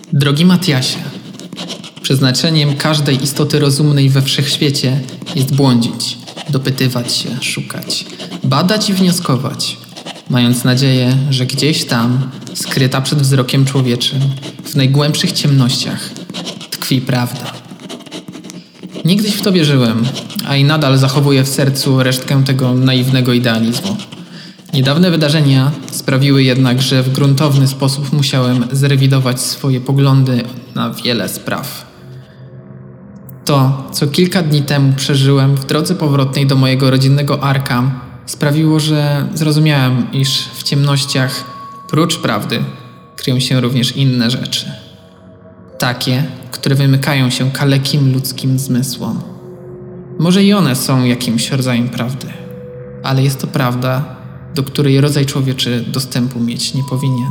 Drogi Matiasie, przeznaczeniem każdej istoty rozumnej we wszechświecie jest błądzić, dopytywać się, szukać, badać i wnioskować, mając nadzieję, że gdzieś tam, skryta przed wzrokiem człowieczym, w najgłębszych ciemnościach, tkwi prawda. Niegdyś w to wierzyłem, a i nadal zachowuję w sercu resztkę tego naiwnego idealizmu. Niedawne wydarzenia sprawiły jednak, że w gruntowny sposób musiałem zrewidować swoje poglądy na wiele spraw. To, co kilka dni temu przeżyłem w drodze powrotnej do mojego rodzinnego Arkham, sprawiło, że zrozumiałem, iż w ciemnościach, prócz prawdy, kryją się również inne rzeczy. Takie, które wymykają się kalekim ludzkim zmysłom. Może i one są jakimś rodzajem prawdy, ale jest to prawda, do której rodzaj człowieczy dostępu mieć nie powinien.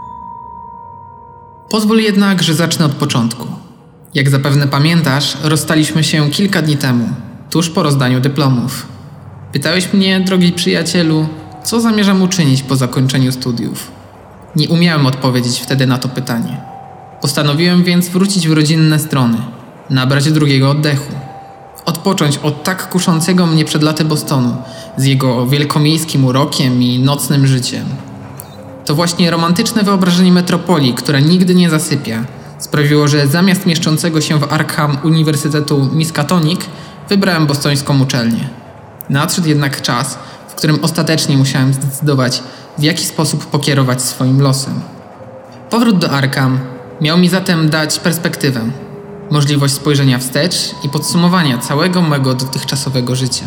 Pozwól jednak, że zacznę od początku. Jak zapewne pamiętasz, rozstaliśmy się kilka dni temu, tuż po rozdaniu dyplomów. Pytałeś mnie, drogi przyjacielu, co zamierzam uczynić po zakończeniu studiów. Nie umiałem odpowiedzieć wtedy na to pytanie. Postanowiłem więc wrócić w rodzinne strony, nabrać drugiego oddechu. Odpocząć od tak kuszącego mnie przed laty Bostonu, z jego wielkomiejskim urokiem i nocnym życiem. To właśnie romantyczne wyobrażenie metropolii, która nigdy nie zasypia, sprawiło, że zamiast mieszczącego się w Arkham Uniwersytetu Miskatonic, wybrałem bostońską uczelnię. Nadszedł jednak czas, w którym ostatecznie musiałem zdecydować, w jaki sposób pokierować swoim losem. Powrót do Arkham miał mi zatem dać perspektywę, możliwość spojrzenia wstecz i podsumowania całego mego dotychczasowego życia.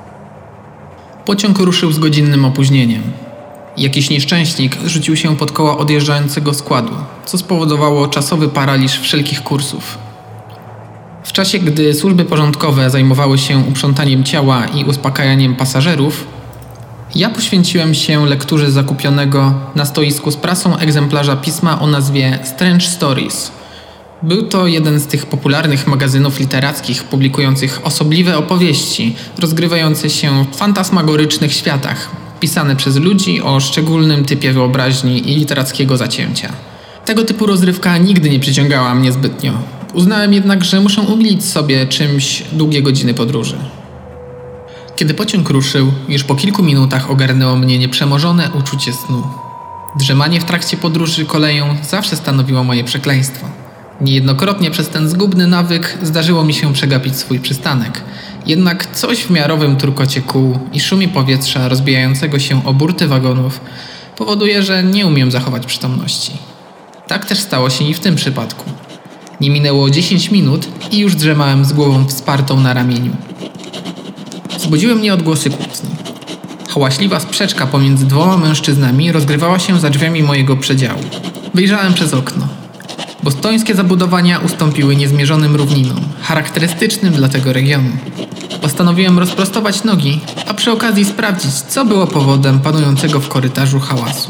Pociąg ruszył z godzinnym opóźnieniem. Jakiś nieszczęśnik rzucił się pod koła odjeżdżającego składu, co spowodowało czasowy paraliż wszelkich kursów. W czasie, gdy służby porządkowe zajmowały się uprzątaniem ciała i uspokajaniem pasażerów, ja poświęciłem się lekturze zakupionego na stoisku z prasą egzemplarza pisma o nazwie Strange Stories. Był to jeden z tych popularnych magazynów literackich publikujących osobliwe opowieści rozgrywające się w fantasmagorycznych światach, pisane przez ludzi o szczególnym typie wyobraźni i literackiego zacięcia. Tego typu rozrywka nigdy nie przyciągała mnie zbytnio. Uznałem jednak, że muszę umilić sobie czymś długie godziny podróży. Kiedy pociąg ruszył, już po kilku minutach ogarnęło mnie nieprzemożone uczucie snu. Drzemanie w trakcie podróży koleją zawsze stanowiło moje przekleństwo. Niejednokrotnie przez ten zgubny nawyk zdarzyło mi się przegapić swój przystanek. Jednak coś w miarowym turkocie kół i szumie powietrza rozbijającego się o burty wagonów powoduje, że nie umiem zachować przytomności. Tak też stało się i w tym przypadku. Nie minęło 10 minut i już drzemałem z głową wspartą na ramieniu. Zbudziły mnie odgłosy kłótni. Hałaśliwa sprzeczka pomiędzy dwoma mężczyznami rozgrywała się za drzwiami mojego przedziału. Wyjrzałem przez okno. Bostońskie zabudowania ustąpiły niezmierzonym równinom, charakterystycznym dla tego regionu. Postanowiłem rozprostować nogi, a przy okazji sprawdzić, co było powodem panującego w korytarzu hałasu.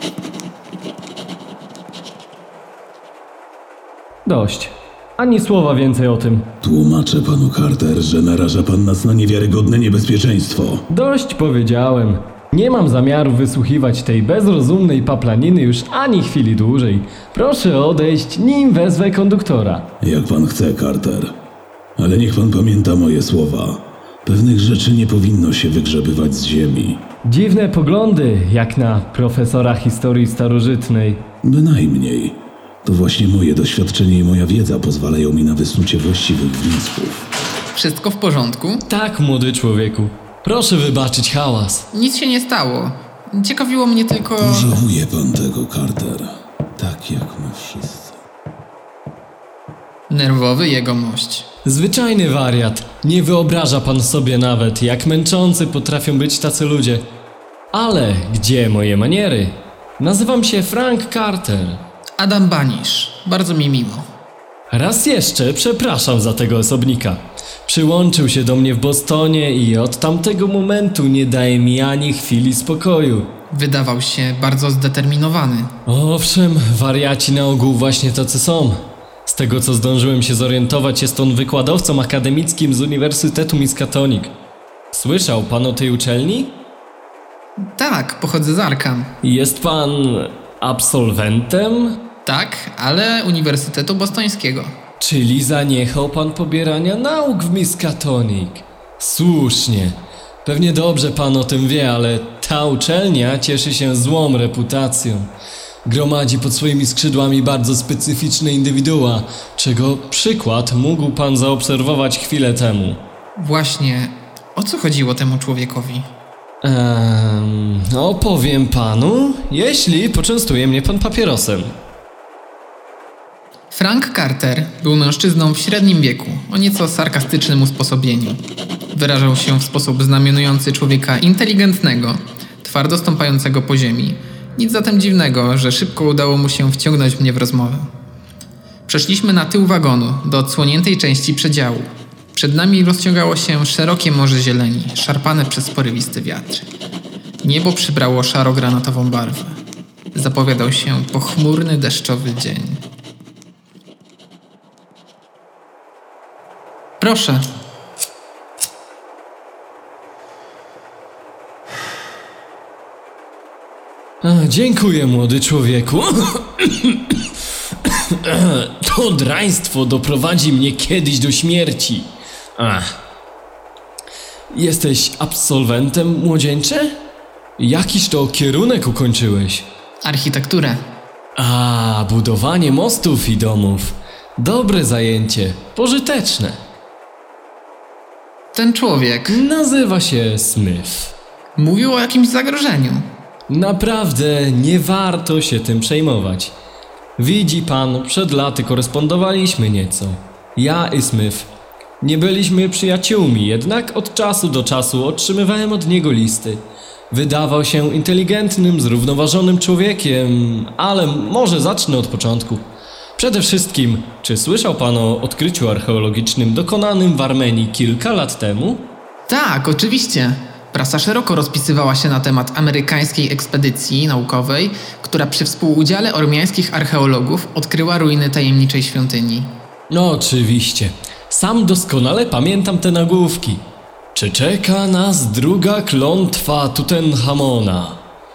Dość. Ani słowa więcej o tym. Tłumaczę panu Carter, że naraża pan nas na niewiarygodne niebezpieczeństwo. Dość powiedziałem. Nie mam zamiaru wysłuchiwać tej bezrozumnej paplaniny już ani chwili dłużej. Proszę odejść, nim wezwę konduktora. Jak pan chce, Carter. Ale niech pan pamięta moje słowa. Pewnych rzeczy nie powinno się wygrzebywać z ziemi. Dziwne poglądy, jak na profesora historii starożytnej. Bynajmniej. To właśnie moje doświadczenie i moja wiedza pozwalają mi na wysnucie właściwych wniosków. Wszystko w porządku? Tak, młody człowieku. Proszę wybaczyć hałas. Nic się nie stało. Ciekawiło mnie tylko... Pożałuje pan tego, Carter. Tak jak my wszyscy. Nerwowy jegomość. Zwyczajny wariat. Nie wyobraża pan sobie nawet, jak męczący potrafią być tacy ludzie. Ale gdzie moje maniery? Nazywam się Frank Carter. Adam Banisz. Bardzo mi miło. Raz jeszcze przepraszam za tego osobnika. Przyłączył się do mnie w Bostonie i od tamtego momentu nie daje mi ani chwili spokoju. Wydawał się bardzo zdeterminowany. Owszem, wariaci na ogół właśnie tacy są. Z tego co zdążyłem się zorientować, jest on wykładowcą akademickim z Uniwersytetu Miskatonic. Słyszał pan o tej uczelni? Tak, pochodzę z Arkham. Jest pan absolwentem? Tak, ale Uniwersytetu Bostońskiego. Czyli zaniechał pan pobierania nauk w Miskatonic. Słusznie. Pewnie dobrze pan o tym wie, ale ta uczelnia cieszy się złą reputacją. Gromadzi pod swoimi skrzydłami bardzo specyficzne indywidua, czego przykład mógł pan zaobserwować chwilę temu. Właśnie, o co chodziło temu człowiekowi? Opowiem panu, jeśli poczęstuje mnie pan papierosem. Frank Carter był mężczyzną w średnim wieku, o nieco sarkastycznym usposobieniu. Wyrażał się w sposób znamionujący człowieka inteligentnego, twardo stąpającego po ziemi. Nic zatem dziwnego, że szybko udało mu się wciągnąć mnie w rozmowę. Przeszliśmy na tył wagonu, do odsłoniętej części przedziału. Przed nami rozciągało się szerokie morze zieleni, szarpane przez porywisty wiatr. Niebo przybrało szaro-granatową barwę. Zapowiadał się pochmurny, deszczowy dzień. Proszę. Dziękuję, młody człowieku. To draństwo doprowadzi mnie kiedyś do śmierci. Jesteś absolwentem, młodzieńcze? Jakiż to kierunek ukończyłeś? Architekturę. Budowanie mostów i domów. Dobre zajęcie, pożyteczne. Ten człowiek Nazywa się Smith. mówił o jakimś zagrożeniu. Naprawdę nie warto się tym przejmować. Widzi pan, przed laty korespondowaliśmy nieco. Ja i Smith. Nie byliśmy przyjaciółmi, jednak od czasu do czasu otrzymywałem od niego listy. Wydawał się inteligentnym, zrównoważonym człowiekiem, ale może zacznę od początku. Przede wszystkim, czy słyszał pan o odkryciu archeologicznym dokonanym w Armenii kilka lat temu? Tak, oczywiście. Prasa szeroko rozpisywała się na temat amerykańskiej ekspedycji naukowej, która przy współudziale ormiańskich archeologów odkryła ruiny tajemniczej świątyni. No oczywiście. Sam doskonale pamiętam te nagłówki. Czy czeka nas druga klątwa Tutenchamona?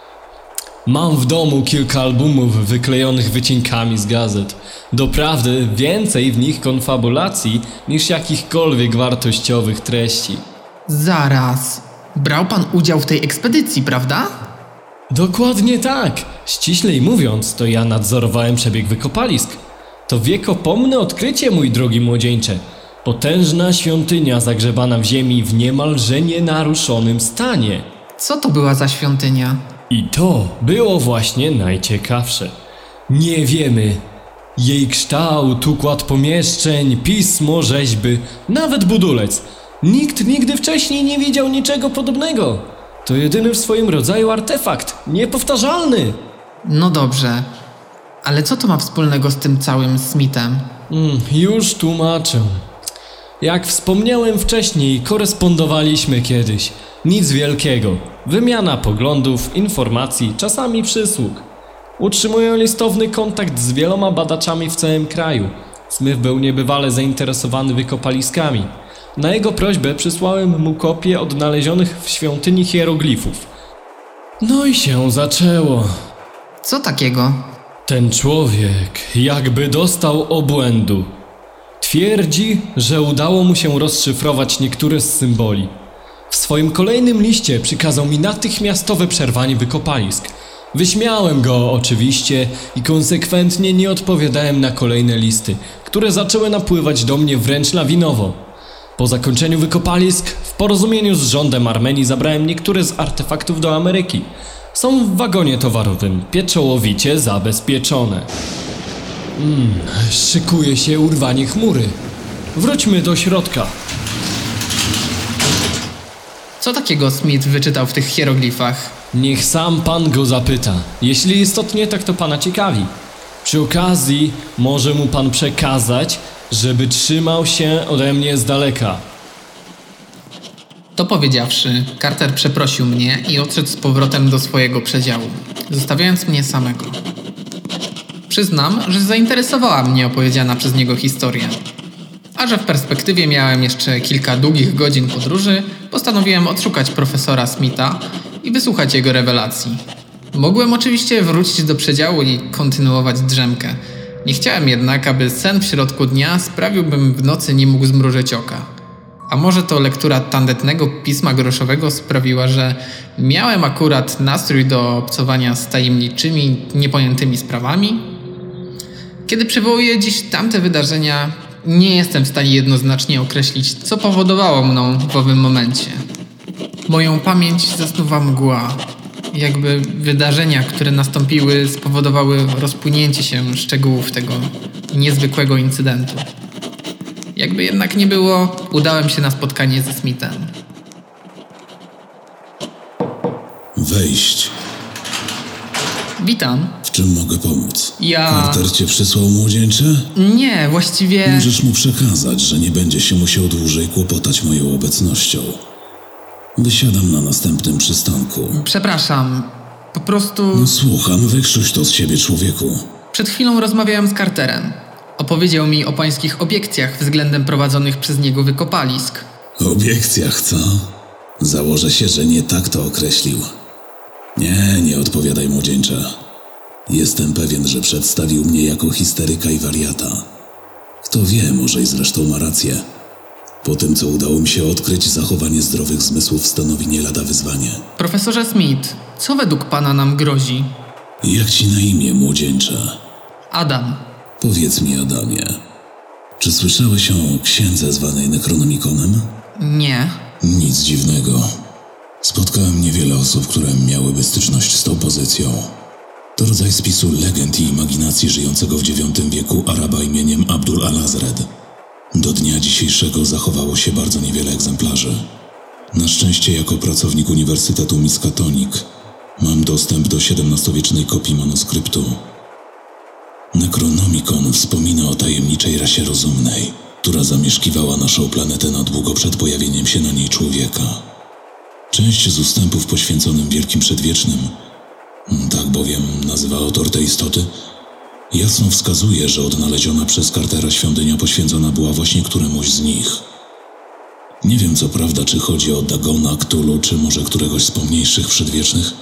Mam w domu kilka albumów wyklejonych wycinkami z gazet. Doprawdy więcej w nich konfabulacji niż jakichkolwiek wartościowych treści. Zaraz. Brał pan udział w tej ekspedycji, prawda? Dokładnie tak. Ściślej mówiąc, to ja nadzorowałem przebieg wykopalisk. To wiekopomne odkrycie, mój drogi młodzieńcze. Potężna świątynia zagrzebana w ziemi w niemalże nenaruszonym stanie. Co to była za świątynia? I to było właśnie najciekawsze. Nie wiemy. Jej kształt, układ pomieszczeń, pismo, rzeźby, nawet budulec. Nikt nigdy wcześniej nie widział niczego podobnego. To jedyny w swoim rodzaju artefakt, niepowtarzalny. No dobrze. Ale co to ma wspólnego z tym całym Smithem? Już tłumaczę. Jak wspomniałem wcześniej, korespondowaliśmy kiedyś. Nic wielkiego. Wymiana poglądów, informacji, czasami przysług. Utrzymuję listowny kontakt z wieloma badaczami w całym kraju. Smith był niebywale zainteresowany wykopaliskami. Na jego prośbę przysłałem mu kopię odnalezionych w świątyni hieroglifów. No i się zaczęło. Co takiego? Ten człowiek jakby dostał obłędu. Twierdzi, że udało mu się rozszyfrować niektóre z symboli. W swoim kolejnym liście przykazał mi natychmiastowe przerwanie wykopalisk. Wyśmiałem go oczywiście i konsekwentnie nie odpowiadałem na kolejne listy, które zaczęły napływać do mnie wręcz lawinowo. Po zakończeniu wykopalisk, w porozumieniu z rządem Armenii zabrałem niektóre z artefaktów do Ameryki. Są w wagonie towarowym, pieczołowicie zabezpieczone. Szykuje się urwanie chmury. Wróćmy do środka. Co takiego Smith wyczytał w tych hieroglifach? Niech sam pan go zapyta. Jeśli istotnie, tak to pana ciekawi. Przy okazji może mu pan przekazać, żeby trzymał się ode mnie z daleka. To powiedziawszy, Carter przeprosił mnie i odszedł z powrotem do swojego przedziału, zostawiając mnie samego. Przyznam, że zainteresowała mnie opowiedziana przez niego historia. A że w perspektywie miałem jeszcze kilka długich godzin podróży, postanowiłem odszukać profesora Smitha i wysłuchać jego rewelacji. Mogłem oczywiście wrócić do przedziału i kontynuować drzemkę. Nie chciałem jednak, aby sen w środku dnia sprawił, bym w nocy nie mógł zmrużyć oka. A może to lektura tandetnego pisma groszowego sprawiła, że miałem akurat nastrój do obcowania z tajemniczymi, niepojętymi sprawami? Kiedy przywołuję dziś tamte wydarzenia, nie jestem w stanie jednoznacznie określić, co powodowało mną w owym momencie. Moją pamięć zasnuwa mgła. Jakby wydarzenia, które nastąpiły, spowodowały rozpłynięcie się szczegółów tego niezwykłego incydentu. Jakby jednak nie było, udałem się na spotkanie ze Smithem. Wejść. Witam. W czym mogę pomóc? Ja... Carter cię przysłał, młodzieńcze? Nie, właściwie... Możesz mu przekazać, że nie będzie się musiał dłużej kłopotać moją obecnością. Wysiadam na następnym przystanku. Przepraszam, po prostu... No słucham, wykrztuś to z siebie, człowieku. Przed chwilą rozmawiałem z Carterem. Opowiedział mi o pańskich obiekcjach względem prowadzonych przez niego wykopalisk. Obiekcjach, co? Założę się, że nie tak to określił. Nie odpowiadaj, młodzieńcze. Jestem pewien, że przedstawił mnie jako histeryka i wariata. Kto wie, może i zresztą ma rację. Po tym, co udało mi się odkryć, zachowanie zdrowych zmysłów stanowi nie lada wyzwanie. Profesorze Smith, co według pana nam grozi? Jak ci na imię, młodzieńcze? Adam. Powiedz mi, Adamie, czy słyszałeś o księdze zwanej Necronomiconem? Nie. Nic dziwnego. Spotkałem niewiele osób, które miałyby styczność z tą pozycją. To rodzaj spisu legend i imaginacji żyjącego w IX wieku Araba imieniem Abdul al-Azred. Do dnia dzisiejszego zachowało się bardzo niewiele egzemplarzy. Na szczęście jako pracownik Uniwersytetu Miskatonic mam dostęp do XVII-wiecznej kopii manuskryptu. Necronomicon wspomina o tajemniczej rasie rozumnej, która zamieszkiwała naszą planetę na długo przed pojawieniem się na niej człowieka. Część z ustępów poświęconym Wielkim Przedwiecznym, tak bowiem nazywa autor tej istoty, jasno wskazuje, że odnaleziona przez Cartera świątynia poświęcona była właśnie któremuś z nich. Nie wiem co prawda, czy chodzi o Dagona, Cthulhu, czy może któregoś z pomniejszych przedwiecznych.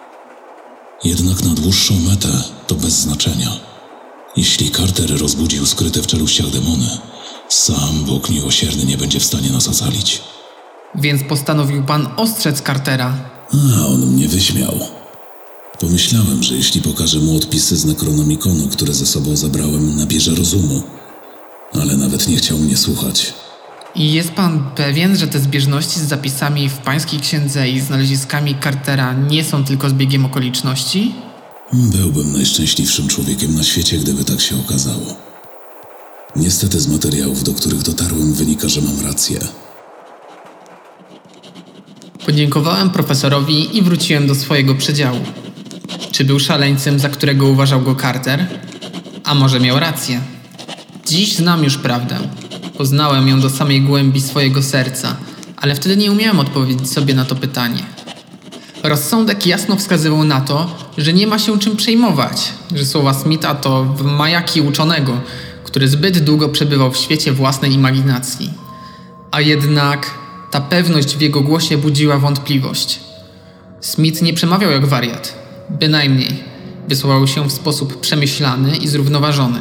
Jednak na dłuższą metę to bez znaczenia. Jeśli Carter rozbudził skryte w czeluściach demony, sam Bóg miłosierny nie będzie w stanie nas ocalić. Więc postanowił pan ostrzec Cartera. A on mnie wyśmiał. Pomyślałem, że jeśli pokażę mu odpisy z Necronomiconu, które ze sobą zabrałem, nabierze rozumu. Ale nawet nie chciał mnie słuchać. I jest pan pewien, że te zbieżności z zapisami w pańskiej księdze i znaleziskami Cartera nie są tylko zbiegiem okoliczności? Byłbym najszczęśliwszym człowiekiem na świecie, gdyby tak się okazało. Niestety z materiałów, do których dotarłem, wynika, że mam rację. Podziękowałem profesorowi i wróciłem do swojego przedziału. Czy był szaleńcem, za którego uważał go Carter? A może miał rację? Dziś znam już prawdę. Poznałem ją do samej głębi swojego serca, ale wtedy nie umiałem odpowiedzieć sobie na to pytanie. Rozsądek jasno wskazywał na to, że nie ma się czym przejmować, że słowa Smitha to majaki uczonego, który zbyt długo przebywał w świecie własnej imaginacji. A jednak ta pewność w jego głosie budziła wątpliwość. Smith nie przemawiał jak wariat, bynajmniej. Wysławał się w sposób przemyślany i zrównoważony.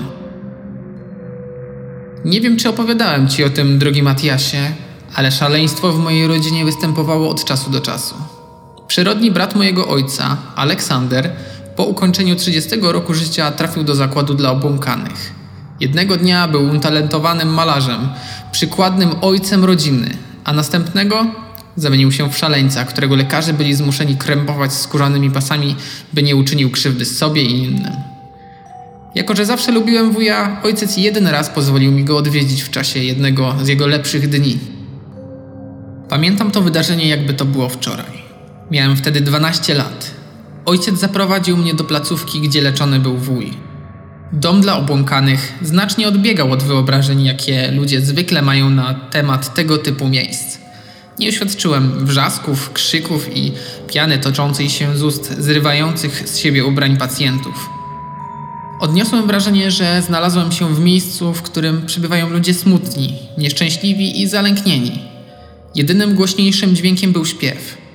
Nie wiem, czy opowiadałem ci o tym, drogi Matiasie, ale szaleństwo w mojej rodzinie występowało od czasu do czasu. Przyrodni brat mojego ojca, Aleksander, po ukończeniu 30 roku życia trafił do zakładu dla obłąkanych. Jednego dnia był utalentowanym malarzem, przykładnym ojcem rodziny, a następnego zamienił się w szaleńca, którego lekarze byli zmuszeni krępować skórzanymi pasami, by nie uczynił krzywdy sobie i innym. Jako że zawsze lubiłem wuja, ojciec jeden raz pozwolił mi go odwiedzić w czasie jednego z jego lepszych dni. Pamiętam to wydarzenie, jakby to było wczoraj. Miałem wtedy 12 lat. Ojciec zaprowadził mnie do placówki, gdzie leczony był wuj. Dom dla obłąkanych znacznie odbiegał od wyobrażeń, jakie ludzie zwykle mają na temat tego typu miejsc. Nie oświadczyłem wrzasków, krzyków i piany toczącej się z ust zrywających z siebie ubrań pacjentów. Odniosłem wrażenie, że znalazłem się w miejscu, w którym przebywają ludzie smutni, nieszczęśliwi i zalęknieni. Jedynym głośniejszym dźwiękiem był śpiew.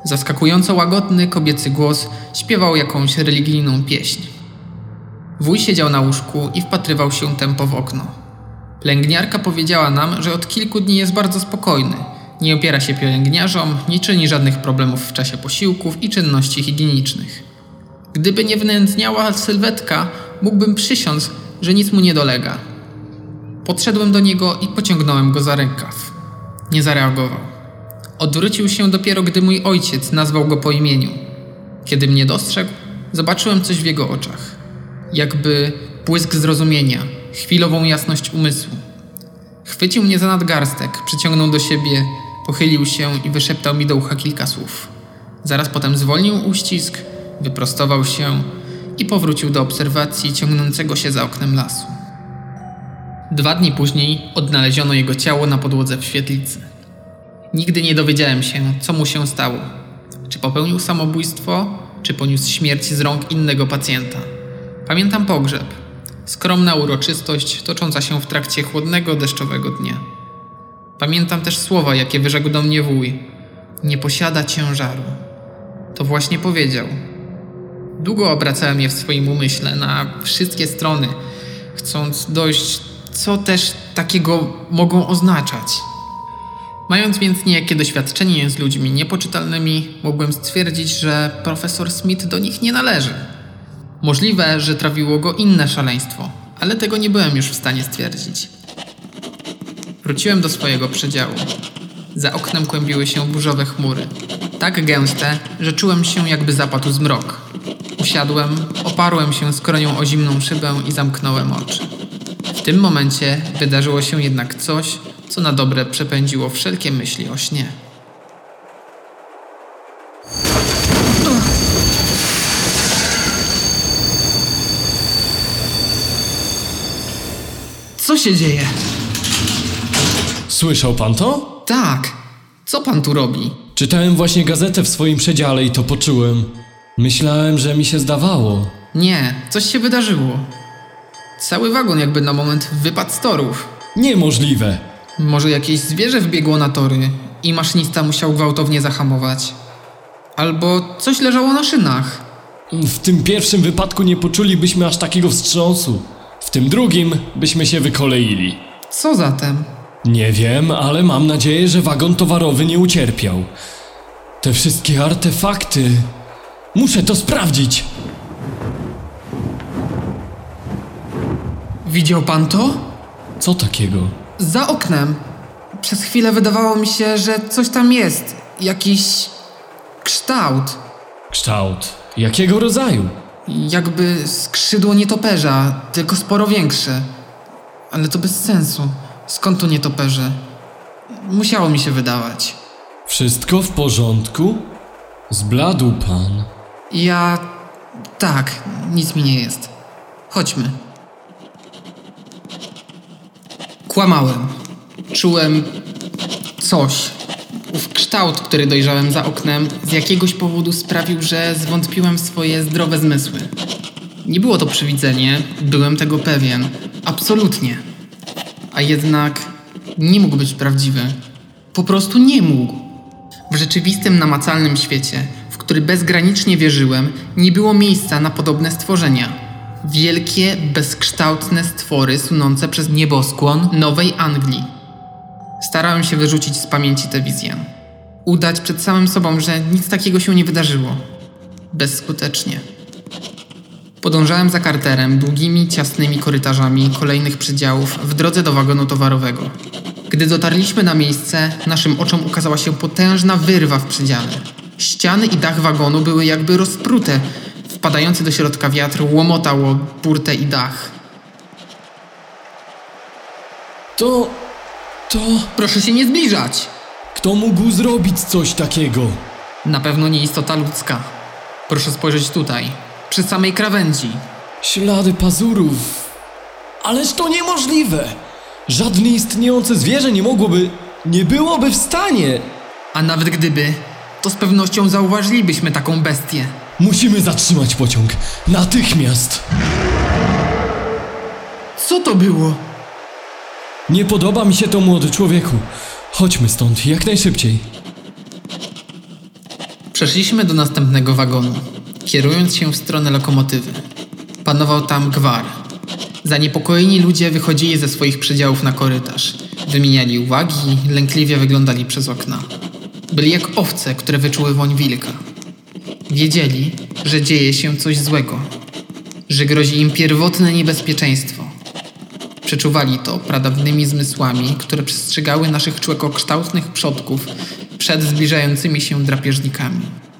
Zaskakująco łagodny kobiecy głos śpiewał jakąś religijną pieśń. Wuj siedział na łóżku i wpatrywał się tempo w okno. Pielęgniarka powiedziała nam, że od kilku dni jest bardzo spokojny. Nie opiera się pielęgniarzom, nie czyni żadnych problemów w czasie posiłków i czynności higienicznych. Gdyby nie wnędzniała sylwetka, mógłbym przysiąc, że nic mu nie dolega. Podszedłem do niego i pociągnąłem go za rękaw. Nie zareagował. Odwrócił się dopiero, gdy mój ojciec nazwał go po imieniu. Kiedy mnie dostrzegł, zobaczyłem coś w jego oczach. Jakby błysk zrozumienia, chwilową jasność umysłu. Chwycił mnie za nadgarstek, przyciągnął do siebie, pochylił się i wyszeptał mi do ucha kilka słów. Zaraz potem zwolnił uścisk, wyprostował się i powrócił do obserwacji ciągnącego się za oknem lasu. 2 dni później odnaleziono jego ciało na podłodze w świetlicy. Nigdy nie dowiedziałem się, co mu się stało. Czy popełnił samobójstwo, czy poniósł śmierć z rąk innego pacjenta. Pamiętam pogrzeb. Skromna uroczystość tocząca się w trakcie chłodnego, deszczowego dnia. Pamiętam też słowa, jakie wyrzekł do mnie wuj. Nie posiada ciężaru. To właśnie powiedział. Długo obracałem je w swoim umyśle na wszystkie strony, chcąc dojść, co też takiego mogą oznaczać. Mając więc niejakie doświadczenie z ludźmi niepoczytalnymi, mogłem stwierdzić, że profesor Smith do nich nie należy. Możliwe, że trawiło go inne szaleństwo, ale tego nie byłem już w stanie stwierdzić. Wróciłem do swojego przedziału. Za oknem kłębiły się burzowe chmury. Tak gęste, że czułem się, jakby zapadł zmrok. Usiadłem, oparłem się skronią o zimną szybę i zamknąłem oczy. W tym momencie wydarzyło się jednak coś, co na dobre przepędziło wszelkie myśli o śnie. Co się dzieje? Słyszał pan to? Tak. Co pan tu robi? Czytałem właśnie gazetę w swoim przedziale i to poczułem. Myślałem, że mi się zdawało. Nie, coś się wydarzyło. Cały wagon jakby na moment wypadł z torów. Niemożliwe. Może jakieś zwierzę wbiegło na tory i maszynista musiał gwałtownie zahamować. Albo coś leżało na szynach. W tym pierwszym wypadku nie poczulibyśmy aż takiego wstrząsu. W tym drugim byśmy się wykoleili. Co zatem? Nie wiem, ale mam nadzieję, że wagon towarowy nie ucierpiał. Te wszystkie artefakty... Muszę to sprawdzić! Widział pan to? Co takiego? Za oknem. Przez chwilę wydawało mi się, że coś tam jest. Jakiś kształt. Kształt. Jakiego rodzaju? Jakby skrzydło nietoperza, tylko sporo większe. Ale to bez sensu. Skąd tu nietoperze? Musiało mi się wydawać. Wszystko w porządku? Zbladł pan. Tak, nic mi nie jest. Chodźmy. Kłamałem. Czułem coś. Ów kształt, który dojrzałem za oknem, z jakiegoś powodu sprawił, że zwątpiłem w swoje zdrowe zmysły. Nie było to przywidzenie, byłem tego pewien. Absolutnie. A jednak nie mógł być prawdziwy. Po prostu nie mógł. W rzeczywistym, namacalnym świecie, w który bezgranicznie wierzyłem, nie było miejsca na podobne stworzenia. Wielkie, bezkształtne stwory sunące przez nieboskłon Nowej Anglii. Starałem się wyrzucić z pamięci tę wizję. Udać przed samym sobą, że nic takiego się nie wydarzyło. Bezskutecznie. Podążałem za Carterem długimi, ciasnymi korytarzami kolejnych przedziałów w drodze do wagonu towarowego. Gdy dotarliśmy na miejsce, naszym oczom ukazała się potężna wyrwa w przedziale. Ściany i dach wagonu były jakby rozprute. Wpadający do środka wiatr łomotał o burtę i dach. To... Proszę się nie zbliżać! Kto mógł zrobić coś takiego? Na pewno nie istota ludzka. Proszę spojrzeć tutaj, przy samej krawędzi. Ślady pazurów. Ależ to niemożliwe! Żadne istniejące zwierzę nie byłoby w stanie! A nawet gdyby, to z pewnością zauważylibyśmy taką bestię. Musimy zatrzymać pociąg. Natychmiast! Co to było? Nie podoba mi się to, młody człowieku. Chodźmy stąd, jak najszybciej. Przeszliśmy do następnego wagonu, kierując się w stronę lokomotywy. Panował tam gwar. Zaniepokojeni ludzie wychodzili ze swoich przedziałów na korytarz. Wymieniali uwagi, lękliwie wyglądali przez okna. Byli jak owce, które wyczuły woń wilka. Wiedzieli, że dzieje się coś złego, że grozi im pierwotne niebezpieczeństwo. Przeczuwali to pradawnymi zmysłami, które przestrzegały naszych człekokształtnych przodków przed zbliżającymi się drapieżnikami.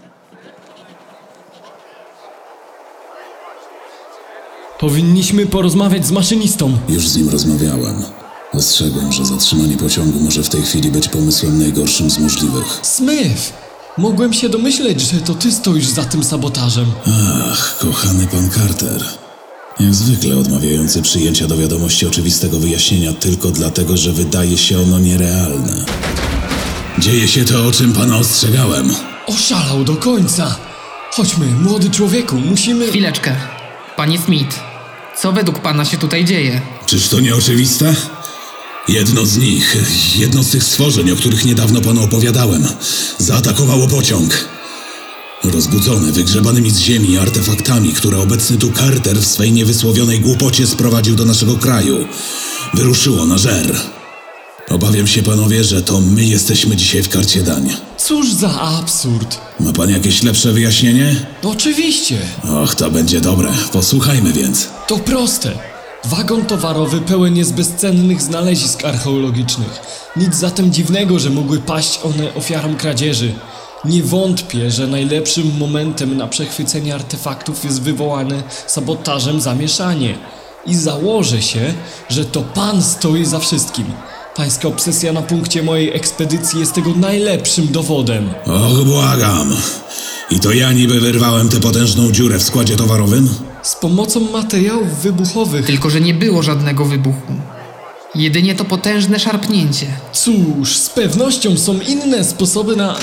Powinniśmy porozmawiać z maszynistą. Już z nim rozmawiałem. Ostrzegłem, że zatrzymanie pociągu może w tej chwili być pomysłem najgorszym z możliwych. Smith! Mogłem się domyśleć, że to ty stoisz za tym sabotażem. Ach, kochany pan Carter. Jak zwykle odmawiający przyjęcia do wiadomości oczywistego wyjaśnienia tylko dlatego, że wydaje się ono nierealne. Dzieje się to, o czym pana ostrzegałem. Oszalał do końca! Chodźmy, młody człowieku, musimy... Chwileczkę. Panie Smith, co według pana się tutaj dzieje? Czyż to nie oczywiste? Jedno z nich, jedno z tych stworzeń, o których niedawno panu opowiadałem, zaatakowało pociąg. Rozbudzone wygrzebanymi z ziemi artefaktami, które obecny tu Carter w swej niewysłowionej głupocie sprowadził do naszego kraju, wyruszyło na żer. Obawiam się, panowie, że to my jesteśmy dzisiaj w karcie dań. Cóż za absurd! Ma pan jakieś lepsze wyjaśnienie? Oczywiście! Och, to będzie dobre. Posłuchajmy więc. To proste. Wagon towarowy pełen jest bezcennych znalezisk archeologicznych. Nic zatem dziwnego, że mogły paść one ofiarą kradzieży. Nie wątpię, że najlepszym momentem na przechwycenie artefaktów jest wywołane sabotażem zamieszanie. I założę się, że to pan stoi za wszystkim. Pańska obsesja na punkcie mojej ekspedycji jest tego najlepszym dowodem. Och, błagam. I to ja niby wyrwałem tę potężną dziurę w składzie towarowym? Z pomocą materiałów wybuchowych. Tylko że nie było żadnego wybuchu. Jedynie to potężne szarpnięcie. Cóż, z pewnością są inne sposoby na...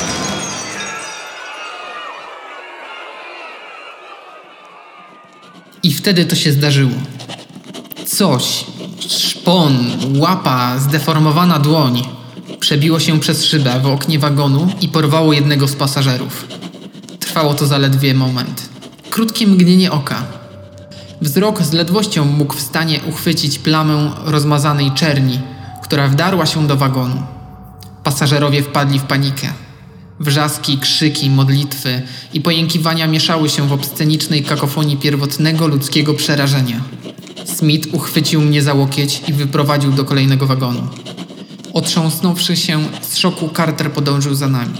I wtedy to się zdarzyło. Coś, szpon, łapa, zdeformowana dłoń, przebiło się przez szybę w oknie wagonu i porwało jednego z pasażerów. Trwało to zaledwie moment. Krótkie mgnienie oka. Wzrok z ledwością mógł w stanie uchwycić plamę rozmazanej czerni, która wdarła się do wagonu. Pasażerowie wpadli w panikę. Wrzaski, krzyki, modlitwy i pojękiwania mieszały się w obscenicznej kakofonii pierwotnego ludzkiego przerażenia. Smith uchwycił mnie za łokieć i wyprowadził do kolejnego wagonu. Otrząsnąwszy się z szoku, Carter podążył za nami.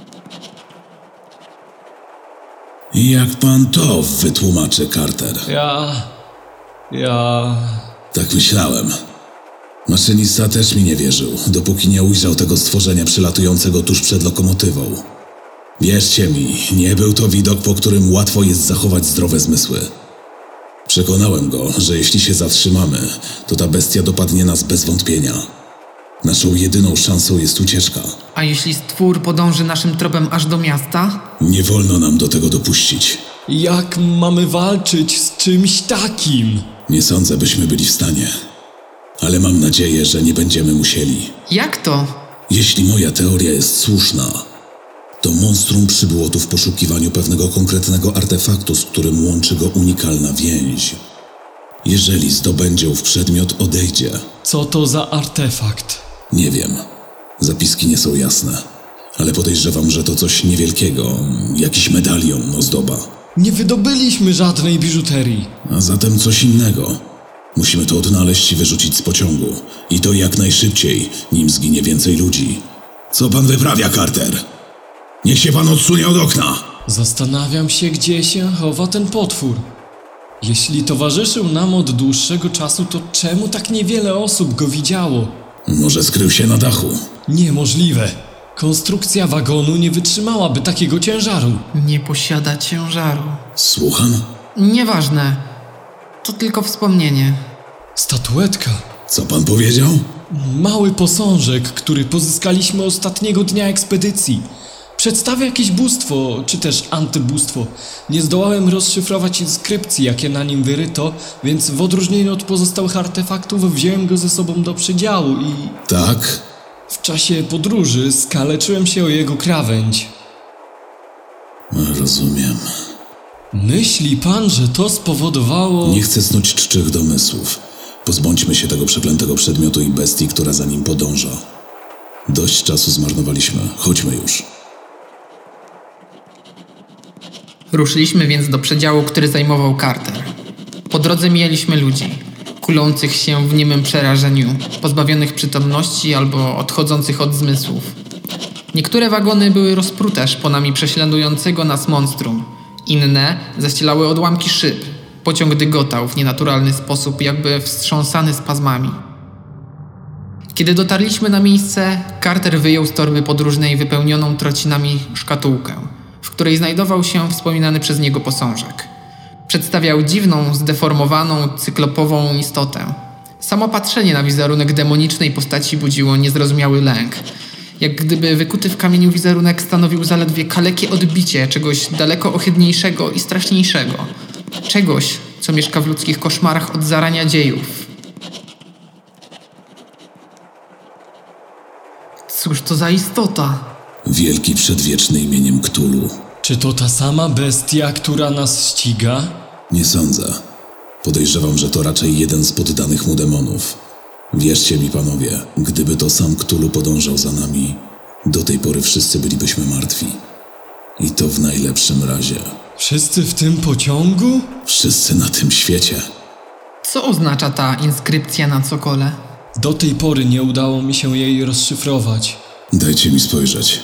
I jak pan to wytłumaczy, Carter? Ja... Tak myślałem. Maszynista też mi nie wierzył, dopóki nie ujrzał tego stworzenia przylatującego tuż przed lokomotywą. Wierzcie mi, nie był to widok, po którym łatwo jest zachować zdrowe zmysły. Przekonałem go, że jeśli się zatrzymamy, to ta bestia dopadnie nas bez wątpienia. Naszą jedyną szansą jest ucieczka. A jeśli stwór podąży naszym tropem aż do miasta? Nie wolno nam do tego dopuścić. Jak mamy walczyć z czymś takim? Nie sądzę, byśmy byli w stanie. Ale mam nadzieję, że nie będziemy musieli. Jak to? Jeśli moja teoria jest słuszna, to monstrum przybyło tu w poszukiwaniu pewnego konkretnego artefaktu, z którym łączy go unikalna więź. Jeżeli zdobędzie ów przedmiot, odejdzie. Co to za artefakt? Nie wiem. Zapiski nie są jasne. Ale podejrzewam, że to coś niewielkiego. Jakiś medalion, ozdoba. Nie wydobyliśmy żadnej biżuterii. A zatem coś innego. Musimy to odnaleźć i wyrzucić z pociągu. I to jak najszybciej, nim zginie więcej ludzi. Co pan wyprawia, Carter? Niech się pan odsunie od okna! Zastanawiam się, gdzie się chowa ten potwór. Jeśli towarzyszył nam od dłuższego czasu, to czemu tak niewiele osób go widziało? Może skrył się na dachu. Niemożliwe. Konstrukcja wagonu nie wytrzymałaby takiego ciężaru. Nie posiada ciężaru. Słucham? Nieważne. To tylko wspomnienie. Statuetka. Co pan powiedział? Mały posążek, który pozyskaliśmy ostatniego dnia ekspedycji. Przedstawia jakieś bóstwo, czy też antybóstwo. Nie zdołałem rozszyfrować inskrypcji, jakie na nim wyryto, więc w odróżnieniu od pozostałych artefaktów wziąłem go ze sobą do przydziału i... Tak? W czasie podróży skaleczyłem się o jego krawędź. Rozumiem. Myśli pan, że to spowodowało... Nie chcę snuć czczych domysłów. Pozbądźmy się tego przeklętego przedmiotu i bestii, która za nim podąża. Dość czasu zmarnowaliśmy. Chodźmy już. Ruszyliśmy więc do przedziału, który zajmował Carter. Po drodze mijaliśmy ludzi, kulących się w niemym przerażeniu, pozbawionych przytomności albo odchodzących od zmysłów. Niektóre wagony były rozprute szponami prześladującego nas monstrum. Inne zaścielały odłamki szyb. Pociąg dygotał w nienaturalny sposób, jakby wstrząsany spazmami. Kiedy dotarliśmy na miejsce, Carter wyjął z torby podróżnej wypełnioną trocinami szkatułkę, w której znajdował się wspominany przez niego posążek. Przedstawiał dziwną, zdeformowaną, cyklopową istotę. Samo patrzenie na wizerunek demonicznej postaci budziło niezrozumiały lęk. Jak gdyby wykuty w kamieniu wizerunek stanowił zaledwie kalekie odbicie czegoś daleko ohydniejszego i straszniejszego. Czegoś, co mieszka w ludzkich koszmarach od zarania dziejów. Cóż to za istota? Wielki przedwieczny imieniem Cthulhu. Czy to ta sama bestia, która nas ściga? Nie sądzę. Podejrzewam, że to raczej jeden z poddanych mu demonów. Wierzcie mi, panowie, gdyby to sam Cthulhu podążał za nami, do tej pory wszyscy bylibyśmy martwi. I to w najlepszym razie. Wszyscy w tym pociągu? Wszyscy na tym świecie. Co oznacza ta inskrypcja na cokole? Do tej pory nie udało mi się jej rozszyfrować. Dajcie mi spojrzeć.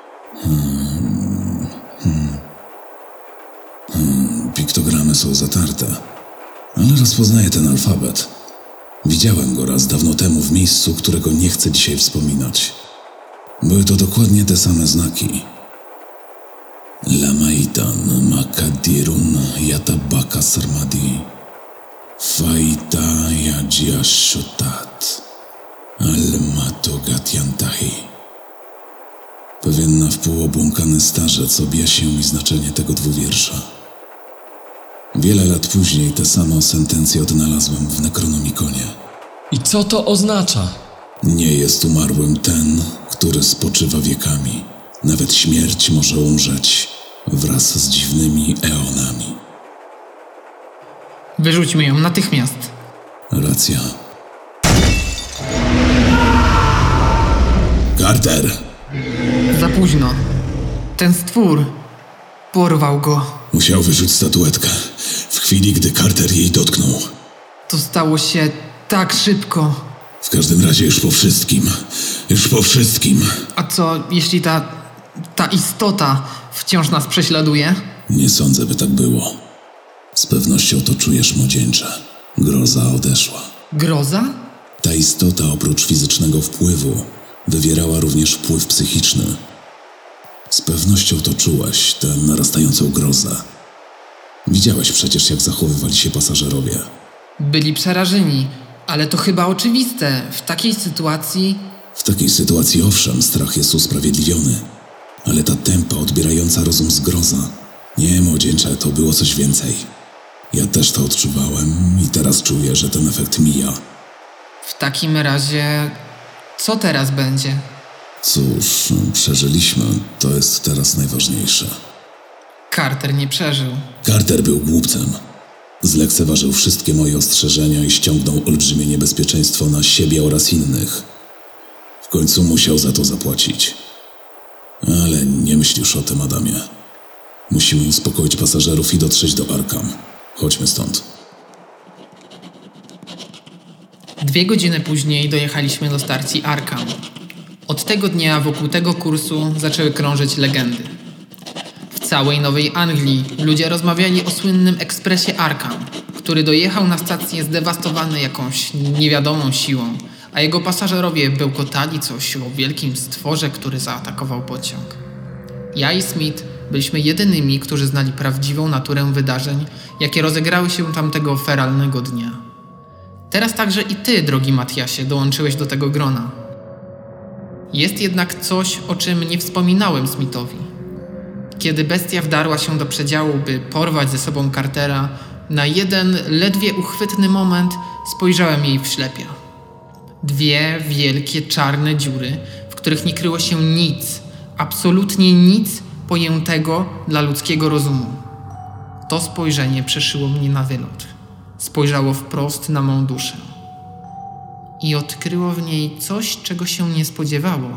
Piktogramy są zatarte, ale rozpoznaję ten alfabet. Widziałem go raz dawno temu w miejscu, którego nie chcę dzisiaj wspominać. Były to dokładnie te same znaki. Lamaitan, Makadirun, Yatabaka Sarmadi, Faita Yajiashotat, Almatogatiantahi. Pewien na wpół obłąkany starzec objaśnił mi znaczenie tego dwuwiersza. Wiele lat później tę samą sentencję odnalazłem w Necronomiconie. I co to oznacza? Nie jest umarłym ten, który spoczywa wiekami. Nawet śmierć może umrzeć wraz z dziwnymi eonami. Wyrzućmy ją natychmiast. Racja. Carter! Za późno. Ten stwór porwał go. Musiał wyrzucić statuetkę w chwili, gdy Carter jej dotknął. To stało się tak szybko. W każdym razie już po wszystkim. Już po wszystkim. A co, jeśli ta istota wciąż nas prześladuje? Nie sądzę, by tak było. Z pewnością to czujesz, młodzieńcze. Groza odeszła. Groza? Ta istota oprócz fizycznego wpływu wywierała również wpływ psychiczny. Z pewnością to czułaś, tę narastającą grozę. Widziałaś przecież, jak zachowywali się pasażerowie. Byli przerażeni, ale to chyba oczywiste. W takiej sytuacji Owszem, strach jest usprawiedliwiony. Ale ta tępa, odbierająca rozum zgroza. Nie, młodzieńcze, to było coś więcej. Ja też to odczuwałem i teraz czuję, że ten efekt mija. W takim razie, co teraz będzie? Cóż, przeżyliśmy. To jest teraz najważniejsze. Carter nie przeżył. Carter był głupcem. Zlekceważył wszystkie moje ostrzeżenia i ściągnął olbrzymie niebezpieczeństwo na siebie oraz innych. W końcu musiał za to zapłacić. Ale nie myśl już o tym, Adamie. Musimy uspokoić pasażerów i dotrzeć do Arkham. Chodźmy stąd. 2 godziny później dojechaliśmy do stacji Arkham. Od tego dnia wokół tego kursu zaczęły krążyć legendy. W całej Nowej Anglii ludzie rozmawiali o słynnym ekspresie Arkham, który dojechał na stację zdewastowany jakąś niewiadomą siłą, a jego pasażerowie bełkotali coś o wielkim stworze, który zaatakował pociąg. Ja i Smith byliśmy jedynymi, którzy znali prawdziwą naturę wydarzeń, jakie rozegrały się tamtego feralnego dnia. Teraz także i ty, drogi Matiasie, dołączyłeś do tego grona. Jest jednak coś, o czym nie wspominałem Smithowi. Kiedy bestia wdarła się do przedziału, by porwać ze sobą Cartera, na jeden ledwie uchwytny moment spojrzałem jej w ślepia. 2 wielkie czarne dziury, w których nie kryło się nic, absolutnie nic, pojętego dla ludzkiego rozumu. To spojrzenie przeszyło mnie na wylot. Spojrzało wprost na mą duszę. I odkryło w niej coś, czego się nie spodziewało.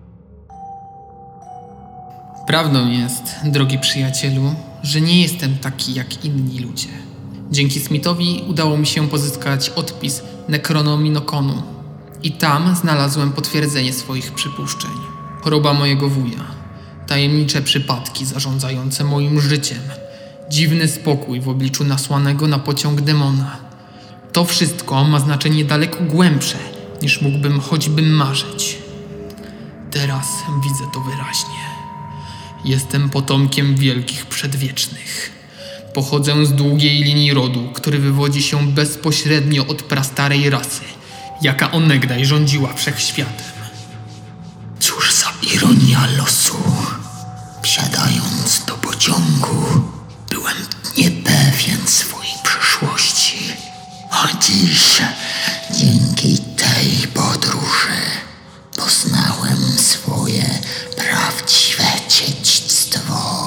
Prawdą jest, drogi przyjacielu, że nie jestem taki jak inni ludzie. Dzięki Smithowi udało mi się pozyskać odpis Necronominoconu i tam znalazłem potwierdzenie swoich przypuszczeń. Choroba mojego wuja, tajemnicze przypadki zarządzające moim życiem, dziwny spokój w obliczu nasłanego na pociąg demona. To wszystko ma znaczenie daleko głębsze, niż mógłbym choćby marzyć. Teraz widzę to wyraźnie. Jestem potomkiem wielkich przedwiecznych. Pochodzę z długiej linii rodu, który wywodzi się bezpośrednio od prastarej rasy, jaka onegdaj rządziła wszechświatem. Cóż za ironia losu. Wsiadając do pociągu, byłem niepewien swojej przyszłości. A dziś, dzięki tej podróży, poznałem swoje prawdziwe dziedzictwo.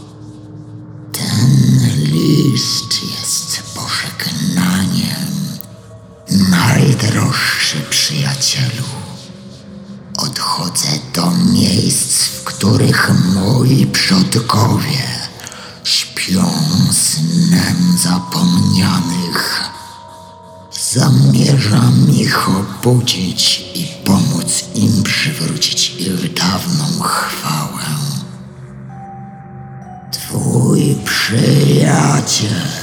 Ten list jest pożegnaniem, najdroższy przyjacielu. Odchodzę do miejsc, w których moi przodkowie śpią snem zapomnianych. Zamierzam ich obudzić i pomóc im przywrócić ich dawną chwałę. Twój przyjaciel.